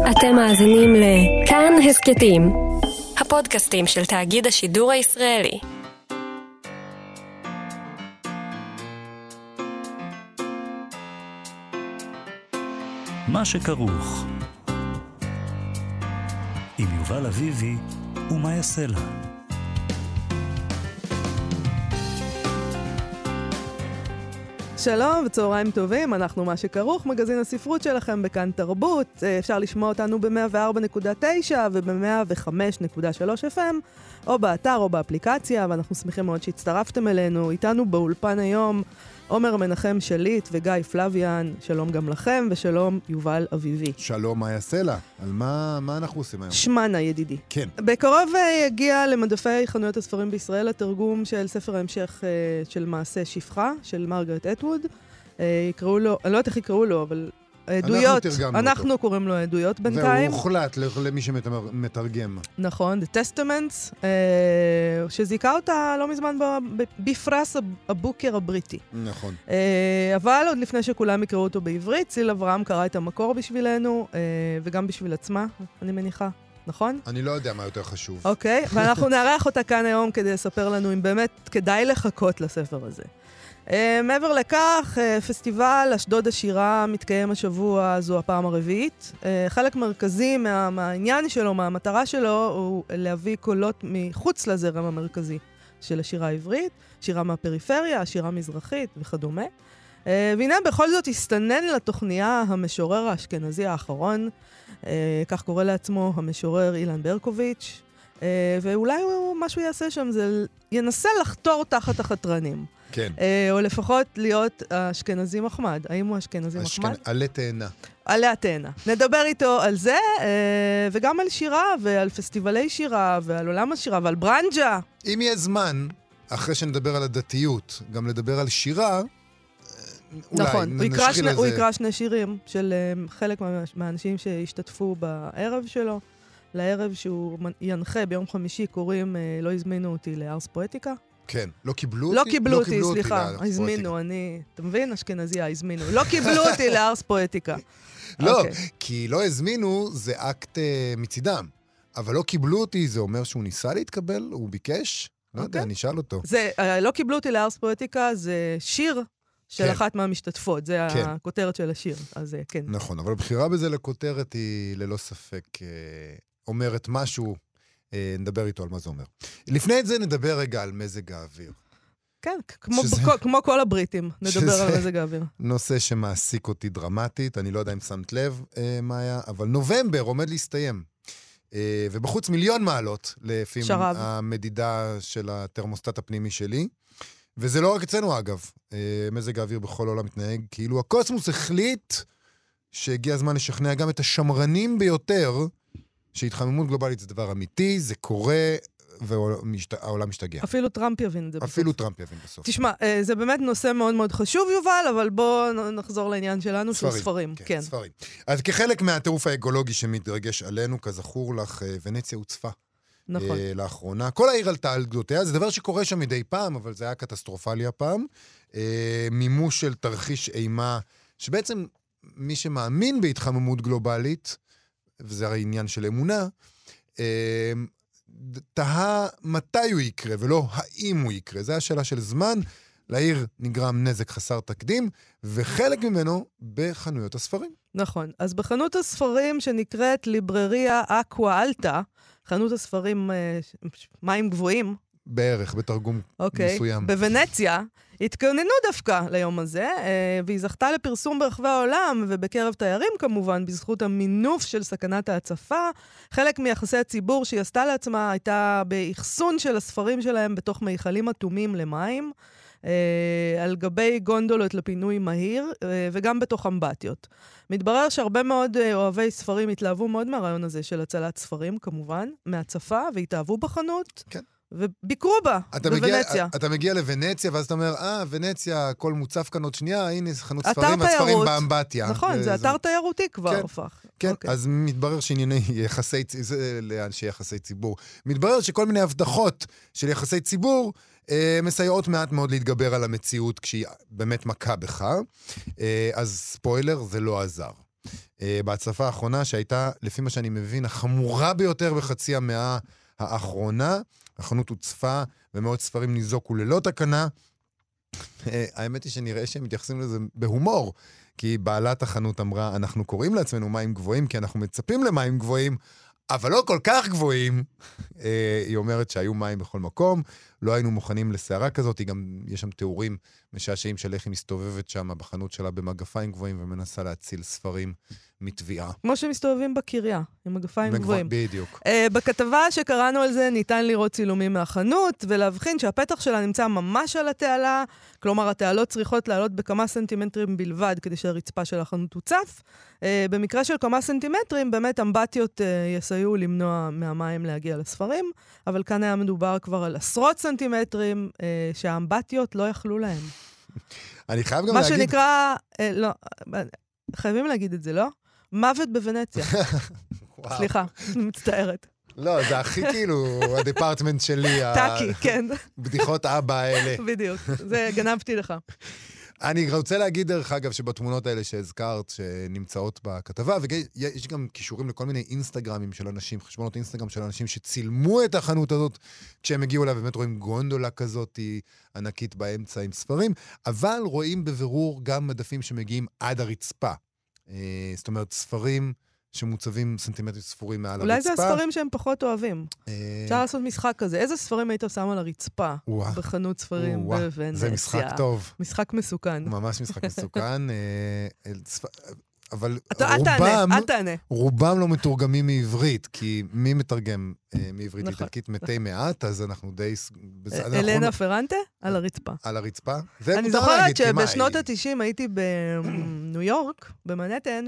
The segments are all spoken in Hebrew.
אתם מאזינים לכאן הסקטים, הפודקאסטים של תאגיד השידור הישראלי. מה שכרוך עם יובל אביבי ומה יעשה לה. שלום וצהריים טובים, אנחנו מה שכרוך, מגזין הספרות שלכם בכאן תרבות. אפשר לשמוע אותנו ב-104.9 וב-105.3 FM, או באתר או באפליקציה, ואנחנו שמחים מאוד שהצטרפתם אלינו. איתנו באולפן היום עומר מנחם שליט וגיא פלוויאן, שלום גם לכם, ושלום יובל אביבי. שלום, מה יעשה לה? על מה אנחנו עושים היום? שמנה ידידי. כן. בקרוב יגיע למדפי חנויות הספרים בישראל התרגום של ספר ההמשך של מעשה שפחה, של מרגרט אטווד. יקראו לו, אני לא יודעת איך יקראו לו, אבל עדויות. אנחנו קוראים לו עדויות בינתיים. והוא הוחלט למי שמתרגם. נכון, The Testaments, שזיקה אותה לא מזמן בפרס הבוקר הבריטי. נכון. אבל עוד לפני שכולם יקראו אותו בעברית, ציל אברהם קרא את המקור בשבילנו, וגם בשביל עצמה, אני מניחה. נכון? אני לא יודע מה יותר חשוב. אוקיי, ואנחנו נערך אותה כאן היום כדי לספר לנו אם באמת כדאי לחכות לספר הזה. מעבר לכך, פסטיבל אשדוד השירה מתקיים השבוע, זו הפעם הרביעית. חלק מרכזי מהעניין שלו, מהמטרה שלו, הוא להביא קולות מחוץ לזרם המרכזי של השירה העברית, שירה מהפריפריה, שירה מזרחית וכדומה. והנה בכל זאת הסתנן לתוכניה המשורר האשכנזי האחרון, כך קורא לעצמו המשורר אילן ברקוביץ', ואולי מה שהוא יעשה שם זה ינסה לחתור תחת החתרנים. כן. או לפחות להיות אשכנזי מחמד. האם הוא אשכנזי מחמד? עלה תאנה. עלה תאנה. נדבר איתו על זה, וגם על שירה, ועל פסטיבלי שירה, ועל עולם השירה, ועל ברנג'ה. אם יהיה זמן, אחרי שנדבר על הדתיות, גם לדבר על שירה, נכון, הוא יקרא שני שירים של חלק מהאנשים שהשתתפו בערב שלו. לערב שהוא ינחה ביום חמישי קוראים לא הזמינו אותי לארס פואטיקה. כן, לא קיבלו אותי? לא קיבלו אותי, סליחה, הזמינו, אתה מבין? אשכנזיה, הזמינו. לא קיבלו אותי לארס פואטיקה. לא, כי לא הזמינו זה אקט מצידם, אבל לא קיבלו אותי, זה אומר שהוא ניסה להתקבל, הוא ביקש? לא יודע, אני אשאל אותו. לא קיבלו אותי לארס פואטיקה, זה שיר של אחת מהמשתתפות, זה הכותרת של השיר, אז כן. נכון, אבל הבחירה בזה לכותרת היא ללא ספק אומרת משהו, נדבר איתו על מה זה אומר. לפני זה נדבר רגע על מזג האוויר. כן, כמו כל הבריטים, נדבר על מזג האוויר. נושא שמעסיק אותי דרמטית, אני לא יודע אם שמת לב מה היה, אבל נובמבר עומד להסתיים. ובחוץ 1,000,000 מעלות, לפי המדידה של התרמוסטט הפנימי שלי. וזה לא רק אצלנו אגב, מזג האוויר בכל העולם מתנהג, כאילו הקוסמוס החליט שהגיע הזמן לשכנע גם את השמרנים ביותר, שהתחממות גלובלית זה דבר אמיתי, זה קורה, והעולם משתגע. אפילו טראמפ יבין את זה בסוף. אפילו טראמפ יבין בסוף. תשמע, זה באמת נושא מאוד מאוד חשוב, יובל, אבל בואו נחזור לעניין שלנו, של ספרים. כן, ספרים. אז כחלק מהטירוף האקולוגי שמתרגש עלינו, כזכור לך, ונציה הוצפה. נכון. לאחרונה. כל העיר עלתה על גדותיה, זה דבר שקורה שם מדי פעם, אבל זה היה קטסטרופלי הפעם. מימוש של תרחיש אימה, שבעצם מי שמאמין בהתחממות גלובלית, וזה הרי עניין של אמונה, תהה מתי הוא יקרה, ולא האם הוא יקרה. זו השאלה של זמן, לעיר נגרם נזק חסר תקדים, וחלק ממנו בחנויות הספרים. נכון. אז בחנות הספרים שנקראת ליברריה אקווה אלטה, חנות הספרים מים גבוהים. בערך, בתרגום מסוים. בוונציה, התכוננו דווקא ליום הזה, והיא זכתה לפרסום ברחבי העולם, ובקרב תיירים כמובן, בזכות המינוף של סכנת ההצפה. חלק מיחסי הציבור שהיא עשתה לעצמה, הייתה באחסון של הספרים שלהם בתוך מיכלים אטומים למים, על גבי גונדולות לפינוי מהיר, וגם בתוך אמבטיות. מתברר שהרבה מאוד אוהבי ספרים התלהבו מאוד מהרעיון הזה של הצלת ספרים, כמובן, מהצפה, והתאהבו בחנות. כן. וביקרו בה, בוונציה. אתה מגיע לוונציה, ואז אתה אומר, ונציה, הכל מוצף כאן עוד שנייה, הנה חנות ספרים, הספרים באמבטיה. נכון, זה אתר תיירותי כבר הופך. כן, אז מתברר שענייני יחסי, זה לאנשי יחסי ציבור. מתברר שכל מיני הבטחות של יחסי ציבור, מסייעות מעט מאוד להתגבר על המציאות כשהיא באמת מכה בך. אז ספוילר, זה לא עזר. בהצלפה האחרונה, שהייתה, לפי מה שאני מבין, החמורה ביותר בחצי המאה האחרונה. החנות הוצפה, ומאות ספרים ניזוקו ללא תקנה. האמת היא שנראה שהם מתייחסים לזה בהומור, כי בעלת החנות אמרה, אנחנו קוראים לעצמנו מים גבוהים, כי אנחנו מצפים למים גבוהים, אבל לא כל כך גבוהים. היא אומרת שהיו מים בכל מקום, לא היינו מוכנים לסערה כזאת, גם יש שם תיאורים משעשעים של איך היא מסתובבת שם בחנות שלה במגפיים גבוהים, ומנסה להציל ספרים מתביעה. כמו שמסתובבים בקריה, עם מגפיים גבוהים. בדיוק. בכתבה שקראנו על זה, ניתן לראות צילומים מהחנות, ולהבחין שהפתח שלה נמצא ממש על התעלה, כלומר, התעלות צריכות לעלות בכמה סנטימטרים בלבד, כדי שהרצפה של החנות תוצף. במקרה של כמה סנטימטרים, באמת אמבטיות יסייעו למנוע מהמים להגיע לספרים, אבל כאן היה מדובר כבר על עשרות סנטימטרים, שהאמבטיות לא יכלו להם. אני חייב גם מה להגיד... מה שנקרא, לא, חייבים להגיד את זה, לא? מוות בוונציה. סליחה, אני מצטערת. לא, זה הכי כאילו הדפרטמנט שלי. טאקי, כן. בדיחות אבא האלה. בדיוק, זה גנבתי לך. אני רוצה להגיד דרך אגב שבתמונות האלה שהזכרת, שנמצאות בכתבה, ויש גם קישורים לכל מיני אינסטגרמים של אנשים, חשבונות אינסטגרם של אנשים שצילמו את החנות הזאת, כשהם הגיעו לה, באמת רואים גונדולה כזאת, ענקית באמצע עם ספרים, אבל רואים בבירור גם מדפים שמגיעים עד הרצפה. זאת אומרת, ספרים שמוצבים סנטימטרים ספורים מעל הרצפה. אולי זה הספרים שהם פחות אוהבים. אפשר לעשות משחק כזה. איזה ספרים היית שם על הרצפה בחנות ספרים בוונציה? זה משחק טוב. משחק מסוכן. ממש משחק מסוכן. אבל רובם לא מתורגמים מעברית, כי מי מתרגם מעברית איטלקית מתי מעט, אז אנחנו די... אלנה פרנטה? על הרצפה. על הרצפה. אני זוכרת שבשנות ה-90 הייתי בניו יורק, במנהטן,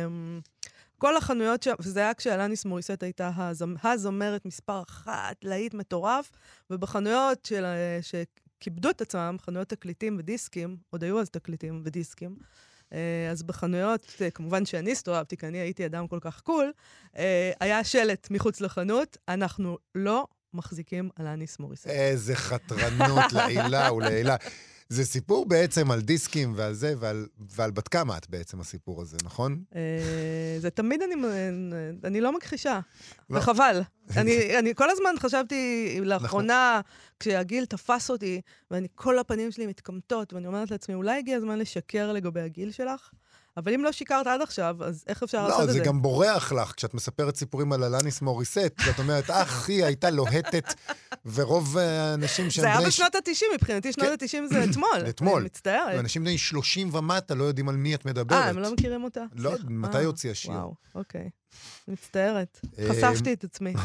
כל החנויות, וזה היה כשאלניס מוריסט הייתה הזמרת מספר אחת, להיט מטורף, ובחנויות שכיבדו את עצמם, חנויות תקליטים ודיסקים, עוד היו אז תקליטים ודיסקים, אז בחנויות, כמובן שאני הסתובבתי, כי אני הייתי אדם כל כך קול, היה שלט מחוץ לחנות, אנחנו לא מחזיקים אלניס מוריסט. איזה חתרנות לעילה ולעילה. זה סיפור בעצם על דיסקים ועל זה, ועל בת כמה את בעצם הסיפור הזה, נכון? זה תמיד אני לא מכחישה. וחבל. אני כל הזמן חשבתי לאחרונה, כשהגיל תפס אותי, ואני כל הפנים שלי מתקמטות, ואני אומרת לעצמי, אולי הגיע הזמן לשקר לגבי הגיל שלך? אבל אם לא שיקרת עד עכשיו, אז איך אפשר לעשות את זה? לא, זה גם בורח לך, כשאת מספרת סיפורים על אלניס מוריסט, ואת אומרת, היא הייתה לוהטת, ורוב האנשים זה היה בשנות ה-90, מבחינתי שנות ה-90 זה אתמול. אתמול. אני מצטערת. ואנשים בני 30 ומטה לא יודעים על מי את מדברת. הם לא מכירים אותה? לא, מתי יוציא השיר? וואו, אוקיי. מצטערת. חשפתי את עצמי.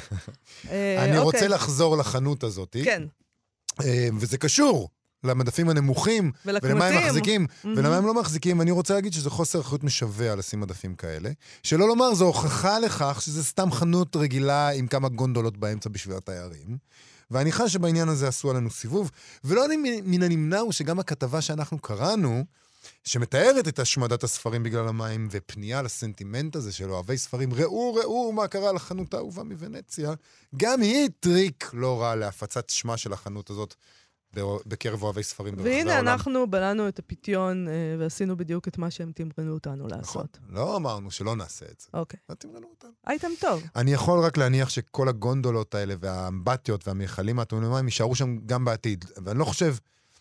אני רוצה לחזור לחנות הזאת. כן. וזה קשור. למדפים הנמוכים, ולמה הם מחזיקים, ולמה הם לא מחזיקים. אני רוצה להגיד שזה חוסר אחריות משווע לשים מדפים כאלה. שלא לומר, זו הוכחה לכך שזה סתם חנות רגילה עם כמה גונדולות באמצע בשביל התיירים. ואני חש שבעניין הזה עשו עלינו סיבוב. ולא מן הנמנע הוא שגם הכתבה שאנחנו קראנו, שמתארת את השמדת הספרים בגלל המים, ופנייה לסנטימנט הזה של אוהבי ספרים, ראו מה קרה לחנות האהובה מוונציה, גם היא טריק לא רע להפצת שמה של החנות הזאת, בקרב אוהבי ספרים ברחבי העולם. והנה אנחנו בלענו את הפיתיון ועשינו בדיוק את מה שהם תמרנו אותנו לעשות. לא אמרנו שלא נעשה את זה. אוקיי. תמרנו אותנו. הייתם טוב. אני יכול רק להניח שכל הגונדולות האלה והאמבטיות והמכלים מהטעונים מים יישארו שם גם בעתיד. ואני לא חושב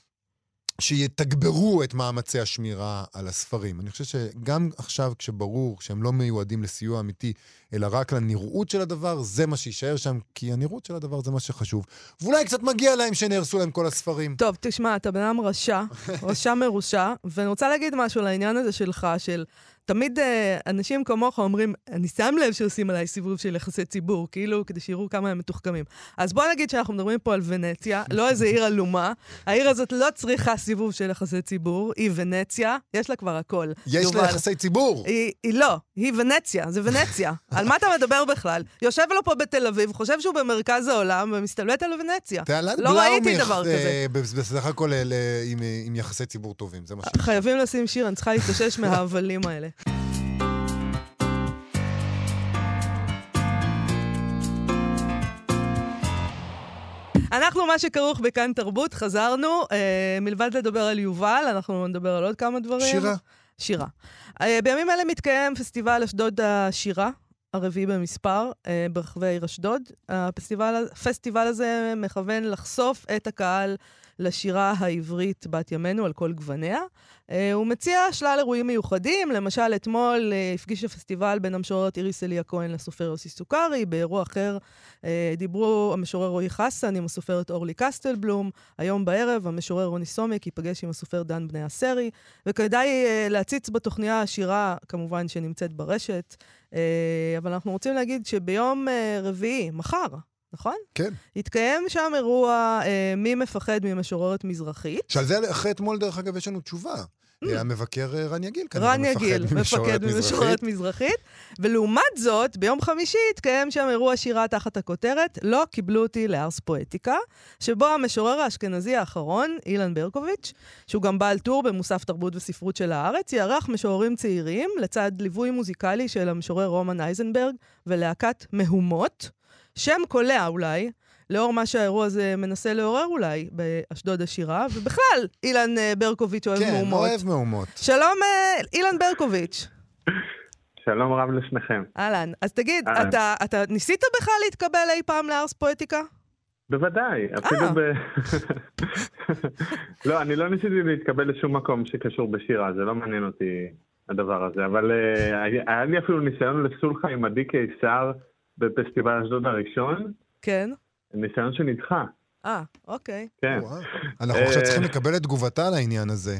שיתגברו את מאמצי השמירה על הספרים. אני חושב שגם עכשיו כשברור שהם לא מיועדים לסיוע אמיתי, אלא רק לנראות של הדבר, זה מה שישאר שם, כי הנראות של הדבר זה מה שחשוב. ואולי קצת מגיע להם שנהרסו להם כל הספרים. טוב, תשמע, אתה בן אדם רשע מרושע, ואני רוצה להגיד משהו לעניין הזה שלך, של תמיד אנשים כמוך אומרים, אני שם לב שעושים עליי סיבוב של יחסי ציבור, כאילו כדי שיראו כמה הם מתוחכמים. אז בוא נגיד שאנחנו מדברים פה על ונציה, לא איזה עיר אלומה. העיר הזאת לא צריכה סיבוב של יחסי ציבור, היא ונציה, יש לה כבר הכל. יש לה יחסי ציבור. היא לא, היא ונציה, זה ונציה. על מה אתה מדבר בכלל? יושב לו פה בתל אביב, חושב שהוא במרכז העולם, ומסתלבט על ונציה. לא ראיתי דבר כזה. בסך הכל עם יחסי ציבור טובים, זה מה ש... חייבים לשים שיר, אני צריכה להתאושש מההבלים האלה. אנחנו מה שכרוך בכאן תרבות, חזרנו, מלבד לדבר על יובל, אנחנו נדבר על עוד כמה דברים. שירה. בימים אלה מתקיים פסטיבל אשדוד השירה, הרביעי במספר, ברחבי העיר אשדוד. הפסטיבל הזה מכוון לחשוף את הקהל לשירה העברית בת ימינו על כל גווניה. הוא מציע שלל אירועים מיוחדים, למשל אתמול הפגיש הפסטיבל בין המשוררת איריס אליה כהן לסופר יוסי סוכרי, באירוע אחר דיברו המשורר רועי חסן עם הסופרת אורלי קסטלבלום, היום בערב המשורר רוני סומק ייפגש עם הסופר דן בני הסרי, וכדאי להציץ בתוכניה השירה כמובן שנמצאת ברשת, אבל אנחנו רוצים להגיד שביום רביעי, מחר, נכון? כן. התקיים שם אירוע מי מפחד ממשוררת מזרחית. שעל זה אחרי אתמול דרך אגב יש לנו תשובה. המבקר רן יגיל רן יגיל מפקד ממשוררת מזרחית. ולעומת זאת, ביום חמישי התקיים שם אירוע שירה תחת הכותרת לא קיבלו אותי לארס פואטיקה, שבו המשורר האשכנזי האחרון, אילן ברקוביץ', שהוא גם בעל טור במוסף תרבות וספרות של הארץ, יערך משוררים צעירים לצד ליווי מוזיקלי של המשורר רומן אייזנברג ולהקת מהומות, שם קולע אולי, לאור מה שהאירוע הזה מנסה לעורר אולי באשדוד השירה, ובכלל, אילן ברקוביץ' אוהב מהומות. כן, אוהב מהומות. שלום, אילן ברקוביץ'. שלום רב לשניכם. אהלן. אז תגיד, אתה ניסית בכלל להתקבל אי פעם לארס פואטיקה? בוודאי, אפילו לא, אני לא ניסיתי להתקבל לשום מקום שקשור בשירה, זה לא מעניין אותי הדבר הזה, אבל היה לי אפילו ניסיון לסולחה עם עדי קיסר בפסטיבל אשדוד הראשון. כן. ניסיון שנדחה. אוקיי. כן. אנחנו עכשיו צריכים לקבל את תגובתה על העניין הזה.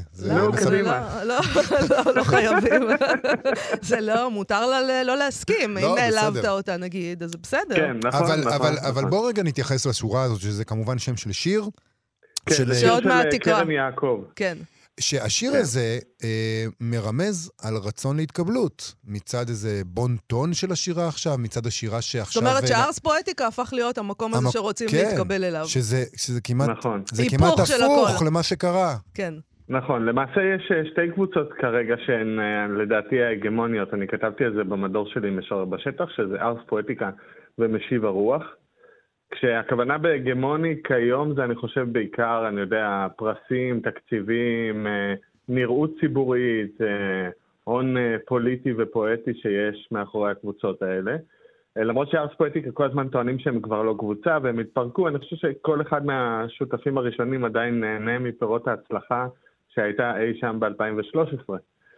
לא חייבים. זה לא, מותר לה לא להסכים. אם העלבת אותה נגיד, אז זה בסדר. כן, נכון. אבל בוא רגע נתייחס לשורה הזאת, שזה כמובן שם של שיר. שעוד מעט תקרא. קרם יעקב. כן. שהשיר הזה מרמז על רצון להתקבלות, מצד איזה בון טון של השירה עכשיו, מצד השירה שעכשיו... זאת אומרת שארס פואטיקה הפך להיות המקום הזה שרוצים להתקבל אליו. שזה כמעט הפוך למה שקרה. כן. נכון, למעשה יש שתי קבוצות כרגע שהן לדעתי ההגמוניות, אני כתבתי על זה במדור שלי משורר בשטח, שזה ארס פואטיקה ומשיב הרוח. כשהכוונה בהגמוני כיום זה אני חושב בעיקר, אני יודע, פרסים, תקציבים, נראות ציבורית, הון פוליטי ופואטי שיש מאחורי הקבוצות האלה. למרות שארס פואטיקה כל הזמן טוענים שהם כבר לא קבוצה והם התפרקו, אני חושב שכל אחד מהשותפים הראשונים עדיין נהנה מפירות ההצלחה שהייתה אי שם ב-2013.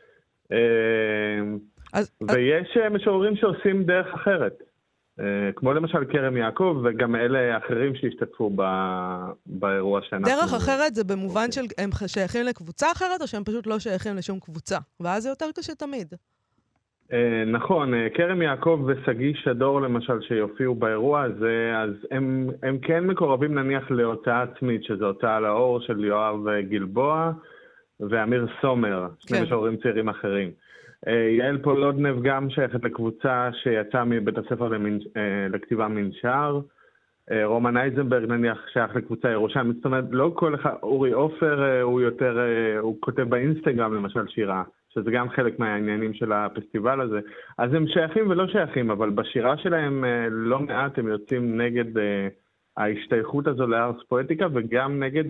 ויש משוררים שעושים דרך אחרת. כמו למשל קרם יעקב, וגם אלה האחרים שהשתתפו באירוע שאנחנו... דרך אחרת זה במובן של הם שייכים לקבוצה אחרת, או שהם פשוט לא שייכים לשום קבוצה? ואז זה יותר קשה תמיד. נכון, קרם יעקב וסגי שדור למשל שיופיעו באירוע הזה, אז הם כן מקורבים נניח להוצאה עצמית, שזו הוצאה לאור של יואב גלבוע ואמיר סומר, שני משוררים צעירים אחרים. יעל פולודנב גם שייכת לקבוצה שיצאה מבית הספר לכתיבה מנשר. רומן אייזנברג נניח שייך לקבוצה ירושלים. זאת אומרת, לא כל אחד, אורי אופר הוא כותב באינסטגרם למשל שירה, שזה גם חלק מהעניינים של הפסטיבל הזה. אז הם שייכים ולא שייכים, אבל בשירה שלהם לא מעט הם יוצאים נגד ההשתייכות הזו לארס פואטיקה, וגם נגד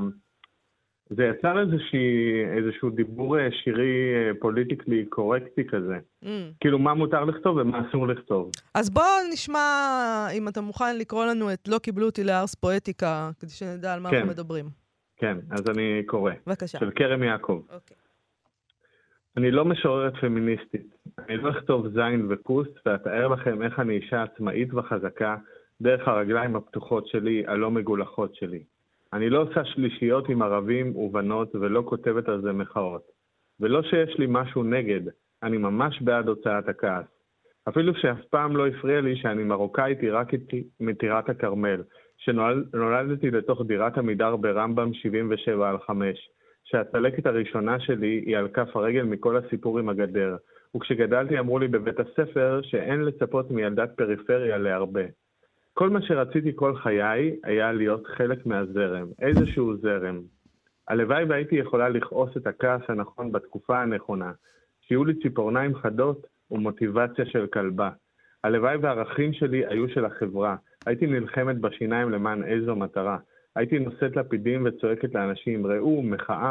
זה יצר איזשהו דיבור שירי פוליטיקלי קורקטי כזה. כאילו מה מותר לכתוב ומה אסור לכתוב. אז בוא נשמע, אם אתה מוכן לקרוא לנו את לא קיבלו אותי לארס פואטיקה, כדי שנדע על מה אנחנו מדברים. כן, אז אני קורא. בבקשה. של קרם יעקב. אוקיי. אני לא משוררת פמיניסטית. אני לא אכתוב זין וכוס, ואתאר לכם איך אני אישה עצמאית וחזקה, דרך הרגליים הפתוחות שלי, הלא מגולחות שלי. אני לא עושה שלישיות עם ערבים ובנות ולא כותבת על זה מחאות. ולא שיש לי משהו נגד, אני ממש בעד הוצאת הכעס. אפילו שאף פעם לא הפריע לי שאני מרוקאית עיראקית מטירת הכרמל, שנולדתי לתוך דירת עמידר ברמב"ם 77/5, שהצלקת הראשונה שלי היא על כף הרגל מכל הסיפור עם הגדר, וכשגדלתי אמרו לי בבית הספר שאין לצפות מילדת פריפריה להרבה. כל מה שרציתי כל חיי היה להיות חלק מהזרם, איזשהו זרם. הלוואי והייתי יכולה לכעוס את הכעס הנכון בתקופה הנכונה, שיהיו לי ציפורניים חדות ומוטיבציה של כלבה. הלוואי והערכים שלי היו של החברה, הייתי נלחמת בשיניים למען איזו מטרה. הייתי נושאת לפידים וצועקת לאנשים, ראו, מחאה,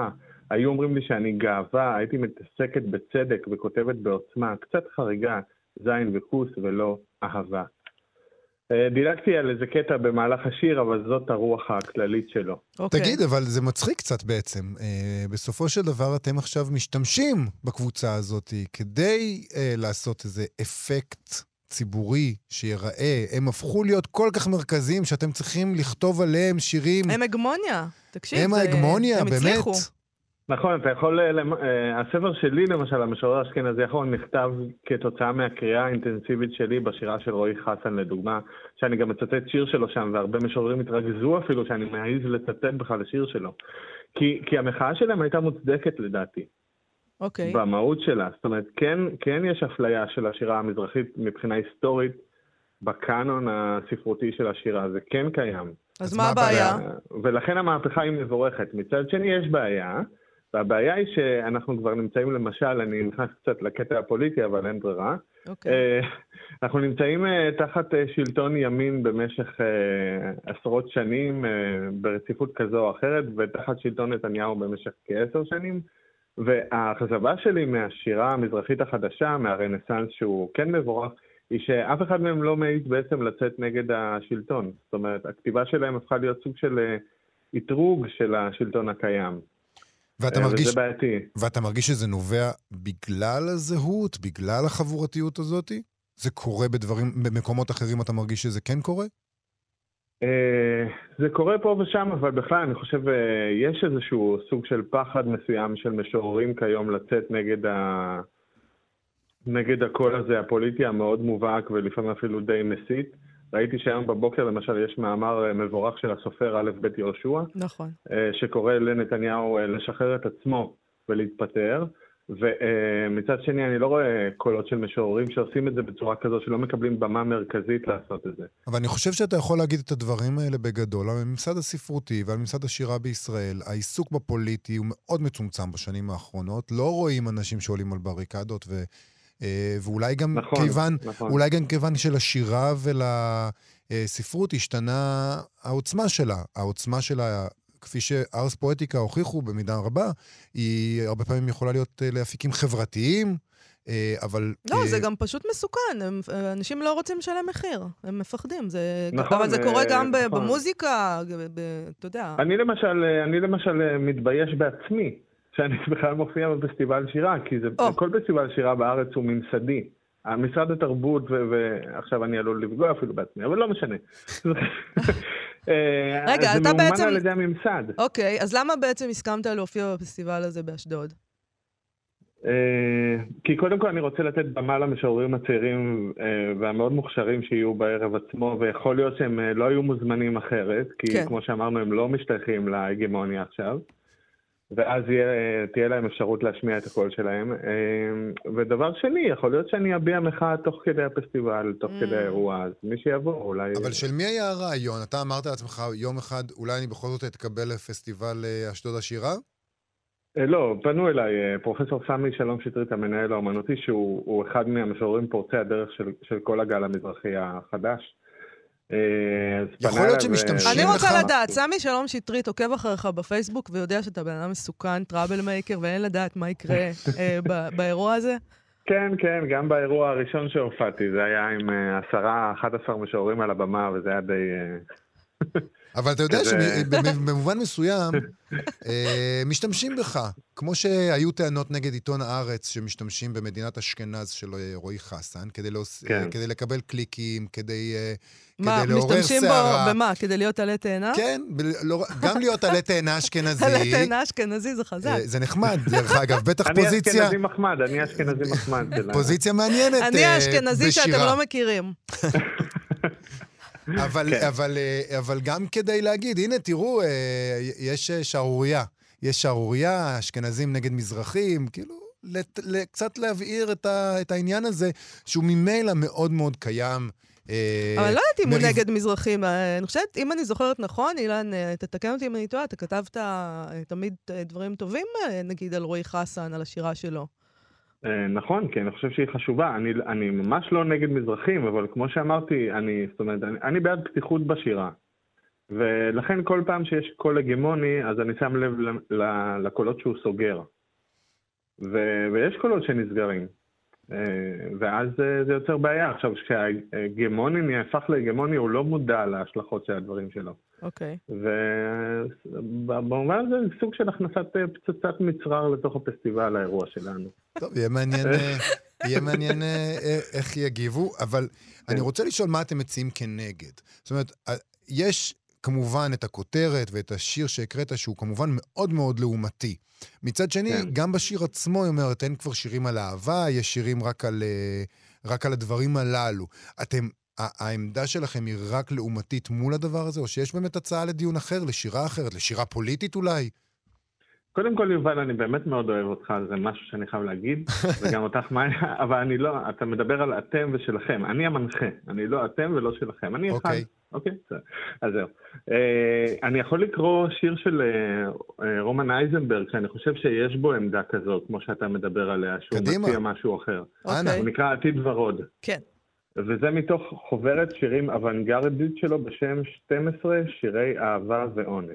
היו אומרים לי שאני גאווה, הייתי מתעסקת בצדק וכותבת בעוצמה, קצת חריגה, זין וכוס ולא אהבה. דילגתי על איזה קטע במהלך השיר, אבל זאת הרוח הכללית שלו. תגיד, אבל זה מצחיק קצת בעצם. בסופו של דבר אתם עכשיו משתמשים בקבוצה הזאת כדי לעשות איזה אפקט ציבורי שיראה. הם הפכו להיות כל כך מרכזיים שאתם צריכים לכתוב עליהם שירים. הם הגמוניה, תקשיב. הם ההגמוניה, באמת. הצליחו. נכון, אתה יכול, הספר שלי למשל, המשורר האשכנזי האחרון, נכתב כתוצאה מהקריאה האינטנסיבית שלי בשירה של רועי חסן לדוגמה, שאני גם מצטט שיר שלו שם, והרבה משוררים התרכזו אפילו שאני מעיז לצטט בכלל לשיר שלו. כי המחאה שלהם הייתה מוצדקת לדעתי. אוקיי. במהות שלה. זאת אומרת, כן יש אפליה של השירה המזרחית מבחינה היסטורית, בקאנון הספרותי של השירה, זה כן קיים. אז מה הבעיה? ולכן המהפכה היא מבורכת. מצד שני יש בעיה, והבעיה היא שאנחנו כבר נמצאים, למשל, אני נכנס קצת לקטע הפוליטי, אבל אין ברירה. אנחנו נמצאים תחת שלטון ימין במשך עשרות שנים, ברציפות כזו או אחרת, ותחת שלטון נתניהו במשך כ10 שנים, והאכזבה שלי מהשירה המזרחית החדשה, מהרנסנס שהוא כן מבורך, היא שאף אחד מהם לא מעיד בעצם לצאת נגד השלטון. זאת אומרת, הכתיבה שלהם הפכה להיות סוג של התרוג של השלטון הקיים. וזה בעייתי. ואתה מרגיש שזה נובע בגלל הזהות, בגלל החבורתיות הזאת? זה קורה במקומות אחרים, אתה מרגיש שזה כן קורה? זה קורה פה ושם, אבל בכלל אני חושב יש איזשהו סוג של פחד מסוים של משוררים כיום לצאת נגד הקול הזה הפוליטי המאוד מובהק ולפעמים אפילו די מסית. ראיתי שהיום בבוקר למשל יש מאמר מבורך של הסופר א' ב' יהושע, נכון. שקורא לנתניהו לשחרר את עצמו ולהתפטר, ומצד שני אני לא רואה קולות של משוררים שעושים את זה בצורה כזו שלא מקבלים במה מרכזית לעשות את זה. אבל אני חושב שאתה יכול להגיד את הדברים האלה בגדול. הממסד הספרותי והממסד השירה בישראל, העיסוק בפוליטי הוא מאוד מצומצם בשנים האחרונות. לא רואים אנשים שעולים על בריקדות ואולי גם אולי גם כיוון שלשירה ולספרות השתנה העוצמה שלה. העוצמה שלה, כפי שארס פואטיקה הוכיחו במידה רבה, היא הרבה פעמים יכולה להיות לאפיקים חברתיים, אבל... לא, זה גם פשוט מסוכן. אנשים לא רוצים לשלם מחיר. הם מפחדים. אבל זה קורה גם במוזיקה, אתה יודע. אני למשל מתבייש בעצמי. שאני בכלל מופיע בפסטיבל שירה, כי כל פסטיבל שירה בארץ הוא ממסדי. משרד התרבות, ועכשיו אני עלול לפגוע אפילו בעצמי, אבל לא משנה. רגע, אתה בעצם... זה מאומן על ידי הממסד. אוקיי, אז למה בעצם הסכמת להופיע בפסטיבל הזה באשדוד? כי קודם כל אני רוצה לתת במה למשוררים הצעירים והמאוד מוכשרים שיהיו בערב עצמו, ויכול להיות שהם לא היו מוזמנים אחרת, כי כמו שאמרנו, הם לא משתייכים להגמוניה עכשיו. ואז תהיה להם אפשרות להשמיע את הקול שלהם. ודבר שני, יכול להיות שאני אביע מחאה תוך כדי הפסטיבל, תוך כדי האירוע, אז מי שיבוא אולי... אבל של מי היה הרעיון? אתה אמרת לעצמך יום אחד, אולי אני בכל זאת אתקבל לפסטיבל אשדוד השירה? לא, פנו אליי פרופסור סמי שלום שטרית, המנהל האומנותי, שהוא אחד מהמשוררים פורצי הדרך של כל הגל המזרחי החדש. יכול להיות שמשתמשים לך... אני רוצה לדעת, סמי שלום שטרית עוקב אחריך בפייסבוק ויודע שאתה בן אדם מסוכן, טראבל מייקר, ואין לדעת מה יקרה באירוע הזה? כן, כן, גם באירוע הראשון שהופעתי, זה היה עם 11 משוררים על הבמה, וזה היה די... אבל אתה יודע שבמובן מסוים משתמשים בך, כמו שהיו טענות נגד עיתון הארץ שמשתמשים במדינת אשכנז של רועי חסן, כדי לקבל קליקים, כדי לעורר שערה. מה, משתמשים בו במה? כדי להיות עלי תאנה? כן, גם להיות עלי תאנה אשכנזי. עלי תאנה אשכנזי זה חזק. זה נחמד, דרך אגב, בטח פוזיציה... אני אשכנזי מחמד. פוזיציה מעניינת בשירה. אני האשכנזי שאתם לא מכירים. אבל גם כדי להגיד, הנה תראו, יש שערוריה. יש שערוריה, אשכנזים נגד מזרחים, כאילו, קצת להבעיר את העניין הזה, שהוא ממילא מאוד מאוד קיים. אבל לא יודעת אם הוא נגד מזרחים. אני חושבת, אם אני זוכרת נכון, אילן, תתקן אותי אם אני טועה, אתה כתבת תמיד דברים טובים, נגיד, על רועי חסן, על השירה שלו. נכון, כי אני חושב שהיא חשובה. אני ממש לא נגד מזרחים, אבל כמו שאמרתי, אני בעד פתיחות בשירה. ולכן כל פעם שיש קול הגמוני, אז אני שם לב לקולות שהוא סוגר. ויש קולות שנסגרים. ואז זה יוצר בעיה. עכשיו, כשהגמוני נהפך להגמוני, הוא לא מודע להשלכות של הדברים שלו. אוקיי. ובמובן הזה, סוג של הכנסת פצצת מצרר לתוך הפסטיבל, האירוע שלנו. טוב, יהיה מעניין איך יגיבו, אבל אני רוצה לשאול מה אתם מציעים כנגד. זאת אומרת, יש כמובן את הכותרת ואת השיר שהקראת, שהוא כמובן מאוד מאוד לעומתי. מצד שני, גם בשיר עצמו, היא אומרת, אין כבר שירים על אהבה, יש שירים רק על הדברים הללו. העמדה שלכם היא רק לעומתית מול הדבר הזה, או שיש באמת הצעה לדיון אחר, לשירה אחרת, לשירה פוליטית אולי? קודם כל, יובל, אני באמת מאוד אוהב אותך, זה משהו שאני חייב להגיד, וגם אותך מאיה, אבל אני לא, אתה מדבר על אתם ושלכם, אני המנחה, אני לא אתם ולא שלכם, אני אחד. אוקיי, אז זהו. אני יכול לקרוא שיר של רומן אייזנברג, שאני חושב שיש בו עמדה כזאת, כמו שאתה מדבר עליה, שהוא מציע משהו אחר. הוא נקרא עתיד ורוד. כן. וזה מתוך חוברת שירים אוונגרדית שלו בשם 12 שירי אהבה ואונס.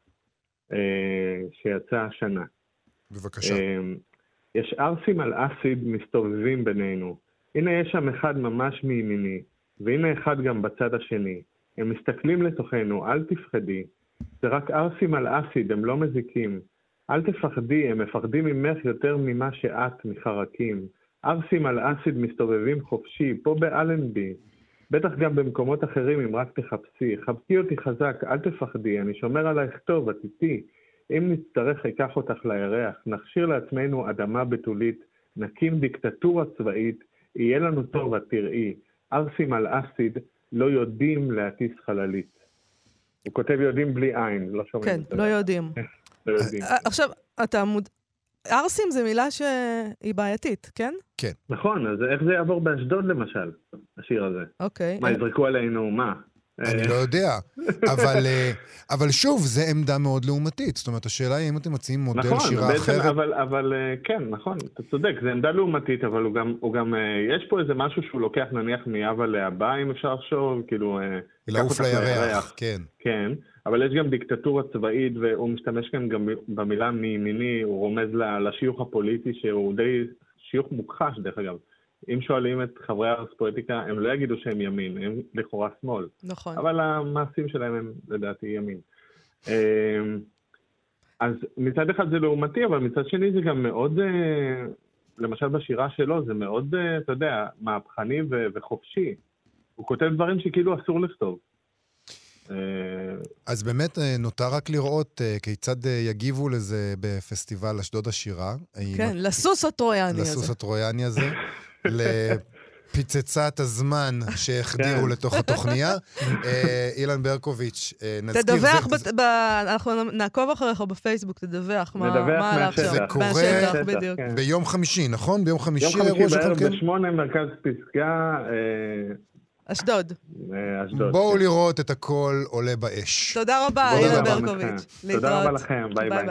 שיצא השנה. בבקשה. יש ארסים על אסיד מסתובבים בינינו. הנה יש שם אחד ממש מימיני, והנה אחד גם בצד השני. הם מסתכלים לתוכנו, אל תפחדי. זה רק ארסים על אסיד, הם לא מזיקים. אל תפחדי, הם מפחדים ממך יותר ממה שאת מחרקים. ארסים על אסיד מסתובבים חופשי, פה באלנבי. בטח גם במקומות אחרים, אם רק תחפשי. חבקי אותי חזק, אל תפחדי, אני שומר עלייך טוב, את איתי. אם נצטרך, אקח אותך לירח, נכשיר לעצמנו אדמה בתולית, נקים דיקטטורה צבאית, יהיה לנו טוב, את תראי. ארסים על אסיד לא יודעים להטיס חללית. הוא כותב יודעים בלי עין, לא שומעים. כן, לא יודעים. לא יודעים. עכשיו, אתה ארסים זה מילה שהיא בעייתית, כן? כן. נכון, אז איך זה יעבור באשדוד למשל, השיר הזה? אוקיי. מה, יזרקו עלינו, מה? אני לא יודע, אבל שוב, זה עמדה מאוד לעומתית. זאת אומרת, השאלה היא אם אתם מציעים מודל שירה אחרת. נכון, אבל כן, נכון, אתה צודק, זה עמדה לעומתית, אבל הוא גם, יש פה איזה משהו שהוא לוקח נניח מאבא לאבא, אם אפשר לחשוב, כאילו... לעוף לירח, כן. כן, אבל יש גם דיקטטורה צבאית, והוא משתמש כאן גם במילה מימיני, הוא רומז לשיוך הפוליטי, שהוא די שיוך מוכחש, דרך אגב. אם שואלים את חברי הארץ פוליטיקה, הם לא יגידו שהם ימין, הם לכאורה שמאל. נכון. אבל המעשים שלהם הם לדעתי ימין. אז מצד אחד זה לעומתי, אבל מצד שני זה גם מאוד, למשל בשירה שלו, זה מאוד, אתה יודע, מהפכני וחופשי. הוא כותב דברים שכאילו אסור לכתוב. אז באמת נותר רק לראות כיצד יגיבו לזה בפסטיבל אשדוד השירה. כן, לסוס הטרויאני הזה. לסוס הטרויאני הזה. לפצצת הזמן שהחדירו לתוך התוכניה. אילן ברקוביץ', נזכיר... תדווח, אנחנו נעקוב אחריך בפייסבוק, תדווח מה עלה עכשיו. זה קורה ביום חמישי, נכון? ביום חמישי בערב ב8 מרכז פסגה... אשדוד. בואו לראות את הכל עולה באש. תודה רבה, אילן ברקוביץ'. תודה רבה לכם, ביי ביי.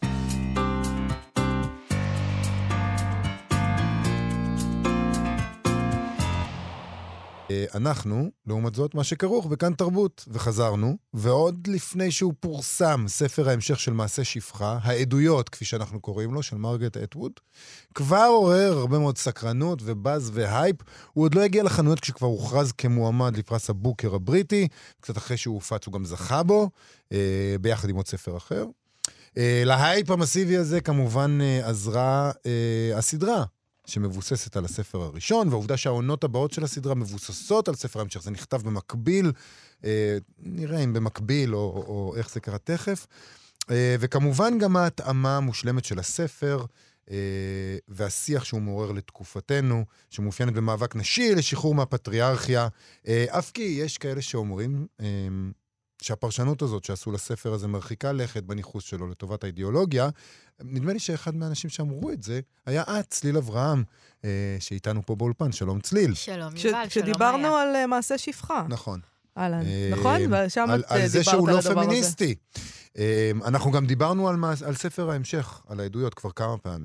אנחנו, לעומת זאת, מה שכרוך בכאן תרבות, וחזרנו, ועוד לפני שהוא פורסם ספר ההמשך של מעשה שפחה, העדויות, כפי שאנחנו קוראים לו, של מרגרט אטווד, כבר עורר הרבה מאוד סקרנות ובאז והייפ. הוא עוד לא הגיע לחנויות כשכבר הוכרז כמועמד לפרס הבוקר הבריטי, קצת אחרי שהוא הופץ הוא גם זכה בו, ביחד עם עוד ספר אחר. להייפ המסיבי הזה כמובן עזרה הסדרה, שמבוססת על הספר הראשון, והעובדה שהעונות הבאות של הסדרה מבוססות על ספר ההמשך. זה נכתב במקביל, נראה אם במקביל או איך זה קרה תכף. וכמובן גם ההתאמה המושלמת של הספר, והשיח שהוא מעורר לתקופתנו, שמאופיינת במאבק נשי לשחרור מהפטריארכיה. אף כי יש כאלה שאומרים שהפרשנות הזאת שעשו לספר הזה מרחיקה לכת בניחוס שלו לטובת האידיאולוגיה. נדמה לי שאחד מהאנשים שאמרו את זה היה צליל אברהם, שאיתנו פה באולפן. שלום צליל. שלום יובל, שלום היה. כשדיברנו על מעשה שפחה. נכון. נכון? ושם על זה שהוא לא פמיניסטי. אנחנו גם דיברנו על ספר ההמשך, על העדויות כבר כמה פעמים,